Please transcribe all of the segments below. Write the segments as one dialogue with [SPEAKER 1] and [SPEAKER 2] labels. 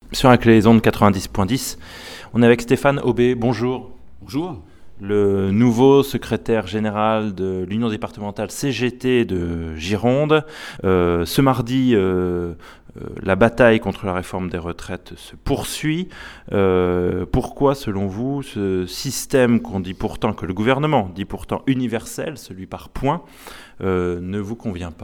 [SPEAKER 1] sur les ondes 90.10. On est avec Stéphane Aubé. Bonjour.
[SPEAKER 2] Bonjour.
[SPEAKER 1] Le nouveau secrétaire général de l'Union départementale CGT de Gironde. Ce mardi, la bataille contre la réforme des retraites se poursuit. Pourquoi, selon vous, ce système qu'on dit pourtant, que le gouvernement dit pourtant universel, celui par points, ne vous convient pas ?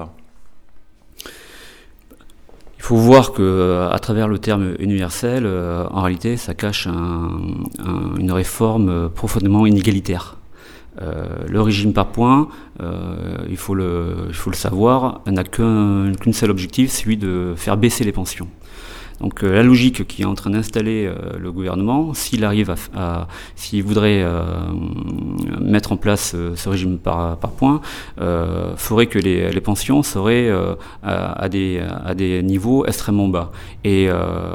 [SPEAKER 2] Il faut voir qu'à travers le terme universel, en réalité, ça cache une réforme profondément inégalitaire. Le régime par points, il faut le savoir, n'a qu'une seule objectif, celui de faire baisser les pensions. Donc la logique qui est en train d'installer le gouvernement, s'il voudrait mettre en place ce régime par points, ferait que les pensions seraient à des niveaux extrêmement bas. Et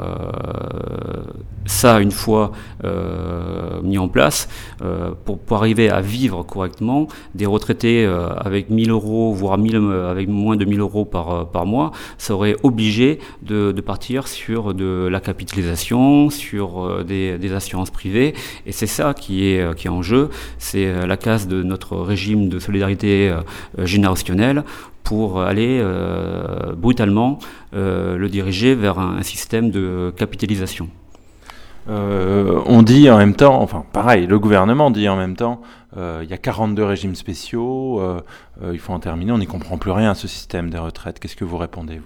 [SPEAKER 2] ça, une fois mis en place, pour arriver à vivre correctement, des retraités avec 1000 euros, voire avec moins de 1000 euros par mois, seraient obligés de partir sur de la capitalisation, sur des assurances privées, et c'est ça qui est en jeu. C'est la casse de notre régime de solidarité générationnelle pour aller brutalement le diriger vers un système de capitalisation.
[SPEAKER 1] On dit en même temps, enfin pareil, le gouvernement dit en même temps, il y a 42 régimes spéciaux, il faut en terminer, on n'y comprend plus rien à ce système des retraites. Qu'est-ce que vous répondez, vous ?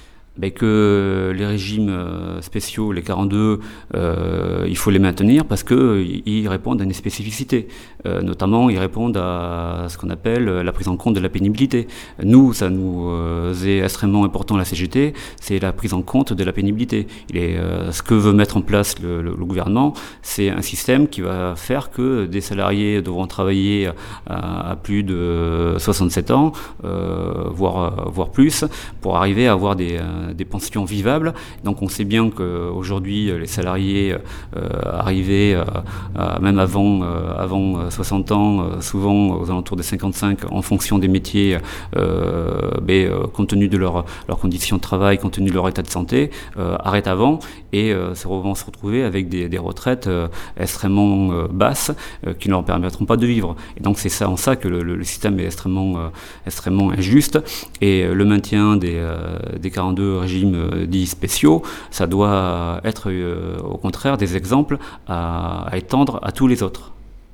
[SPEAKER 2] Que les régimes spéciaux, les 42, il faut les maintenir parce qu'ils répondent à une spécificité. Notamment, ils répondent à ce qu'on appelle la prise en compte de la pénibilité. Nous, ça nous est extrêmement important à la CGT, c'est la prise en compte de la pénibilité. Ce que veut mettre en place le gouvernement, c'est un système qui va faire que des salariés devront travailler à plus de 67 ans, voire plus, pour arriver à avoir des pensions vivables. Donc on sait bien qu'aujourd'hui les salariés arrivés même avant 60 ans, souvent aux alentours des 55, en fonction des métiers, compte tenu de leurs conditions de travail, compte tenu de leur état de santé, arrêtent avant et vont se retrouver avec des retraites extrêmement basses qui ne leur permettront pas de vivre. Et donc c'est en ça que le système est extrêmement injuste, et le maintien des 42 régimes dits spéciaux, ça doit être au contraire des exemples à étendre à tous les autres.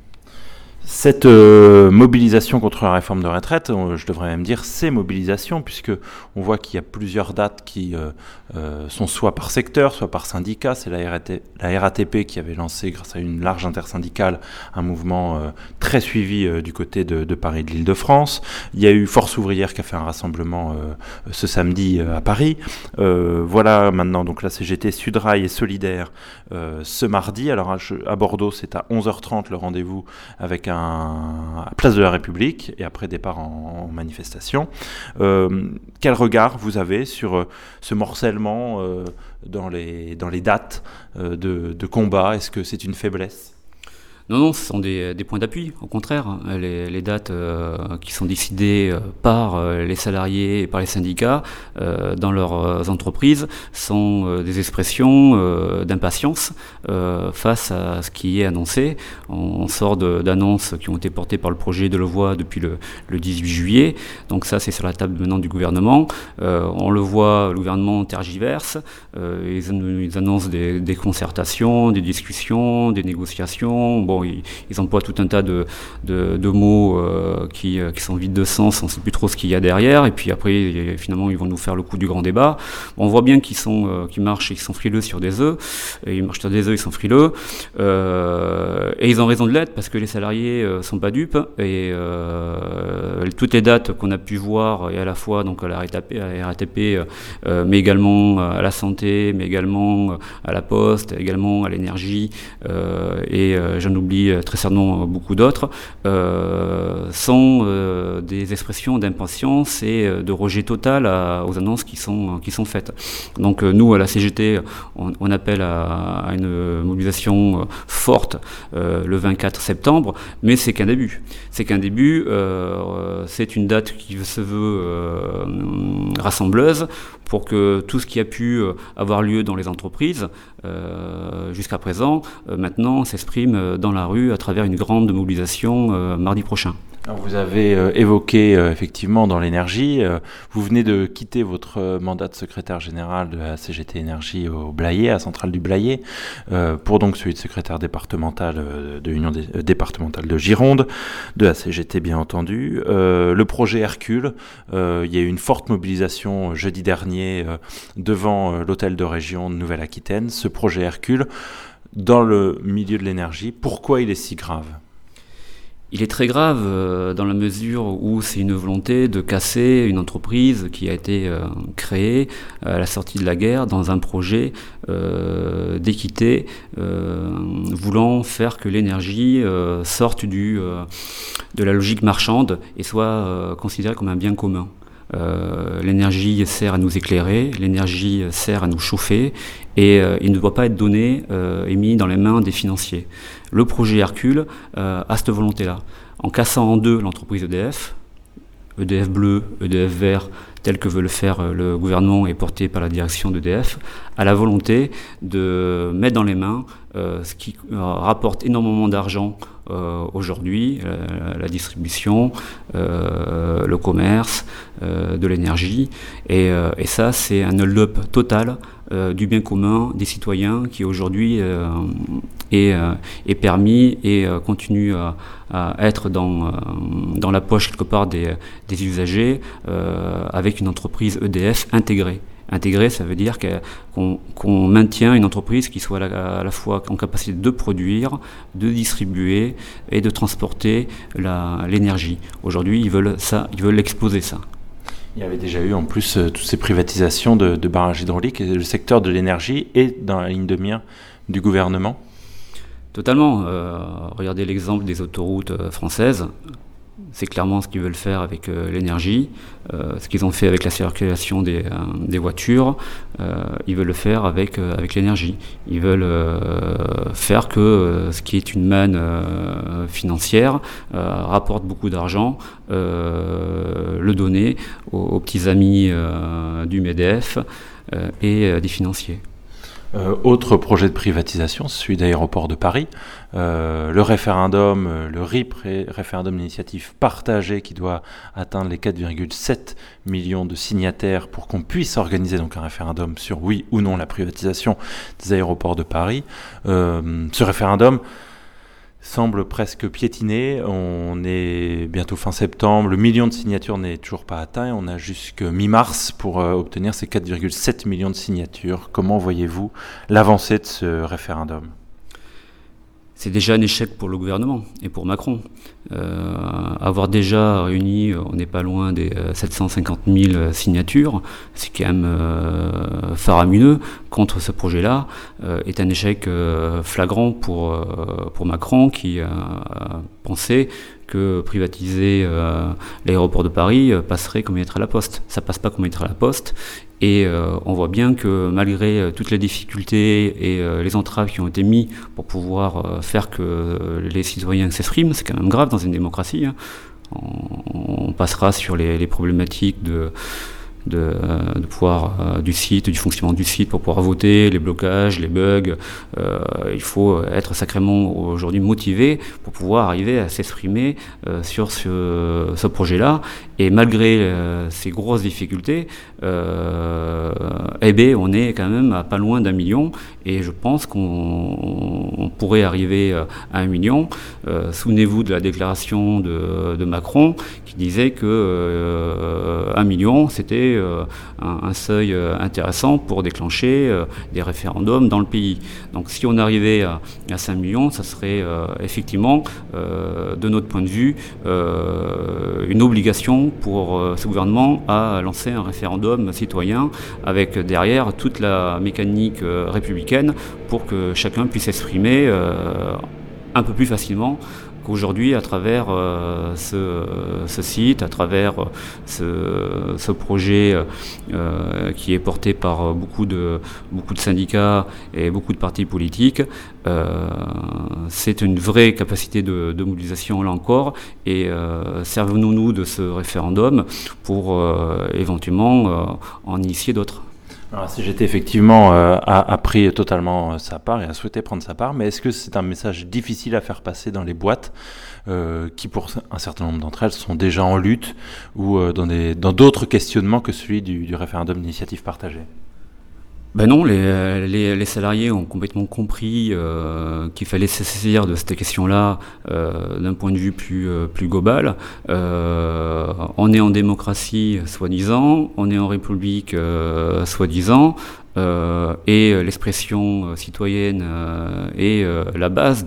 [SPEAKER 1] Cette mobilisation contre la réforme de retraite, je devrais même dire ces mobilisations, puisque on voit qu'il y a plusieurs dates qui sont soit par secteur, soit par syndicat. C'est la RATP qui avait lancé, grâce à une large intersyndicale, un mouvement très suivi du côté de Paris et de l'Île-de-France. Il y a eu Force ouvrière qui a fait un rassemblement ce samedi à Paris. Voilà maintenant donc la CGT, Sudrail et Solidaire ce mardi. Alors à Bordeaux, c'est à 11h30 le rendez-vous avec à Place de la République, et après départ en manifestation. Quel regard vous avez sur ce morcellement dans les dates de combat ? Est-ce que c'est une faiblesse ?
[SPEAKER 2] Non, ce sont des points d'appui. Au contraire, les dates qui sont décidées par les salariés et par les syndicats dans leurs entreprises sont des expressions d'impatience face à ce qui est annoncé. On sort d'annonces qui ont été portées par le projet de loi depuis le 18 juillet. Donc ça, c'est sur la table maintenant du gouvernement. On le voit, le gouvernement tergiverse. Ils annoncent des concertations, des discussions, des négociations. Bon, ils emploient tout un tas de mots qui sont vides de sens, on ne sait plus trop ce qu'il y a derrière, et puis après finalement ils vont nous faire le coup du grand débat. On voit bien qu'ils marchent et qu'ils sont frileux sur des œufs, et ils marchent sur des œufs, ils sont frileux, et ils ont raison de l'être parce que les salariés sont pas dupes, et toutes les dates qu'on a pu voir, et à la fois donc à la RATP, mais également à la santé, mais également à la poste, également à l'énergie, et j'en oublie oublie très certainement beaucoup d'autres, sont des expressions d'impatience et de rejet total aux annonces qui sont faites. Donc nous, à la CGT, on appelle à une mobilisation forte le 24 septembre, mais c'est qu'un début. C'est une date qui se veut rassembleuse pour que tout ce qui a pu avoir lieu dans les entreprises jusqu'à présent, maintenant s'exprime dans la rue à travers une grande mobilisation mardi prochain.
[SPEAKER 1] Alors vous avez évoqué effectivement dans l'énergie, vous venez de quitter votre mandat de secrétaire général de la CGT Énergie au Blayais, à Centrale du Blayais, pour donc celui de secrétaire départemental de l'Union départementale de Gironde, de la CGT bien entendu. Le projet Hercule, il y a eu une forte mobilisation jeudi dernier devant l'hôtel de région de Nouvelle-Aquitaine. Ce projet Hercule, dans le milieu de l'énergie, pourquoi il est si grave ?
[SPEAKER 2] Il est très grave dans la mesure où c'est une volonté de casser une entreprise qui a été créée à la sortie de la guerre dans un projet d'équité voulant faire que l'énergie sorte de la logique marchande et soit considérée comme un bien commun. L'énergie sert à nous éclairer, l'énergie sert à nous chauffer et il ne doit pas être donné et mis dans les mains des financiers. Le projet Hercule a cette volonté-là. En cassant en deux l'entreprise EDF bleu, EDF vert, tel que veut le faire le gouvernement et porté par la direction d'EDF, a la volonté de mettre dans les mains ce qui rapporte énormément d'argent aujourd'hui, la distribution, le commerce, de l'énergie. Et ça, c'est un hold-up total du bien commun des citoyens qui aujourd'hui est permis et continue à être dans la poche quelque part des usagers avec une entreprise EDF intégrée. Intégrée, ça veut dire qu'on maintient une entreprise qui soit à la fois en capacité de produire, de distribuer et de transporter l'énergie. Aujourd'hui, ils veulent exploser ça.
[SPEAKER 1] Il y avait déjà eu en plus toutes ces privatisations de barrages hydrauliques et le secteur de l'énergie est dans la ligne de mire du gouvernement.
[SPEAKER 2] Totalement. Regardez l'exemple des autoroutes françaises. C'est clairement ce qu'ils veulent faire avec l'énergie, ce qu'ils ont fait avec la circulation des voitures, ils veulent le faire avec l'énergie. Ils veulent faire que ce qui est une manne financière rapporte beaucoup d'argent, le donner aux petits amis du MEDEF et des financiers.
[SPEAKER 1] Autre projet de privatisation, celui d'Aéroports de Paris. Le référendum, le RIP, référendum d'initiative partagée qui doit atteindre les 4,7 millions de signataires pour qu'on puisse organiser donc un référendum sur oui ou non la privatisation des aéroports de Paris. Ce référendum semble presque piétiné. On est bientôt fin septembre. Le million de signatures n'est toujours pas atteint. On a jusqu'à mi-mars pour obtenir ces 4,7 millions de signatures. Comment voyez-vous l'avancée de ce référendum ?
[SPEAKER 2] C'est déjà un échec pour le gouvernement et pour Macron. Avoir déjà réuni, on n'est pas loin des 750 000 signatures, c'est quand même faramineux contre ce projet-là, est un échec flagrant pour Macron qui pensait que privatiser l'aéroport de Paris passerait comme une lettre à la poste. Ça passe pas comme une lettre à la poste. Et on voit bien que malgré toutes les difficultés et les entraves qui ont été mises pour pouvoir faire que les citoyens s'expriment, c'est quand même grave dans une démocratie. Hein. On passera sur les problématiques de pouvoir du site, du fonctionnement du site pour pouvoir voter, les blocages, les bugs. Il faut être sacrément aujourd'hui motivé pour pouvoir arriver à s'exprimer sur ce projet-là. Et malgré ces grosses difficultés, on est quand même à pas loin d'1 million. Et je pense qu'on pourrait arriver à 1 million. Souvenez-vous de la déclaration de Macron qui disait que 1 million, c'était un seuil intéressant pour déclencher des référendums dans le pays. Donc si on arrivait à 5 millions, ça serait effectivement, de notre point de vue, une obligation pour ce gouvernement à lancer un référendum citoyen avec derrière toute la mécanique républicaine pour que chacun puisse exprimer un peu plus facilement qu'aujourd'hui à travers ce site, à travers ce projet qui est porté par beaucoup de syndicats et beaucoup de partis politiques. C'est une vraie capacité de mobilisation là encore, et servons-nous de ce référendum pour éventuellement en initier d'autres.
[SPEAKER 1] Alors, si j'étais effectivement a pris totalement sa part et a souhaité prendre sa part, mais est-ce que c'est un message difficile à faire passer dans les boîtes qui, pour un certain nombre d'entre elles, sont déjà en lutte ou dans d'autres questionnements que celui du référendum d'initiative partagée?
[SPEAKER 2] Ben non, les salariés ont complètement compris qu'il fallait se saisir de cette question-là d'un point de vue plus global. On est en démocratie, soi-disant, on est en république, soi-disant, et l'expression citoyenne est la base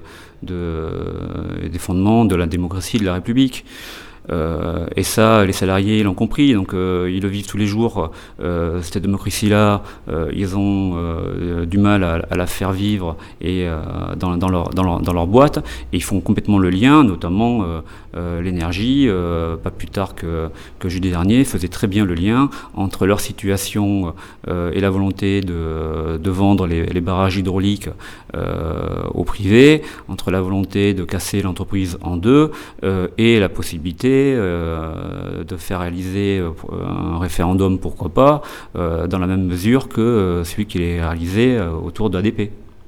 [SPEAKER 2] des fondements de la démocratie et de la République. Et ça, les salariés l'ont compris, donc ils le vivent tous les jours. Cette démocratie-là, ils ont du mal à la faire vivre et dans leur boîte. Et ils font complètement le lien, notamment l'énergie, pas plus tard que jeudi dernier, faisait très bien le lien entre leur situation et la volonté de vendre les barrages hydrauliques au privé, entre la volonté de casser l'entreprise en deux et la possibilité de faire réaliser un référendum, pourquoi pas, dans la même mesure que celui qui est réalisé autour d'ADP.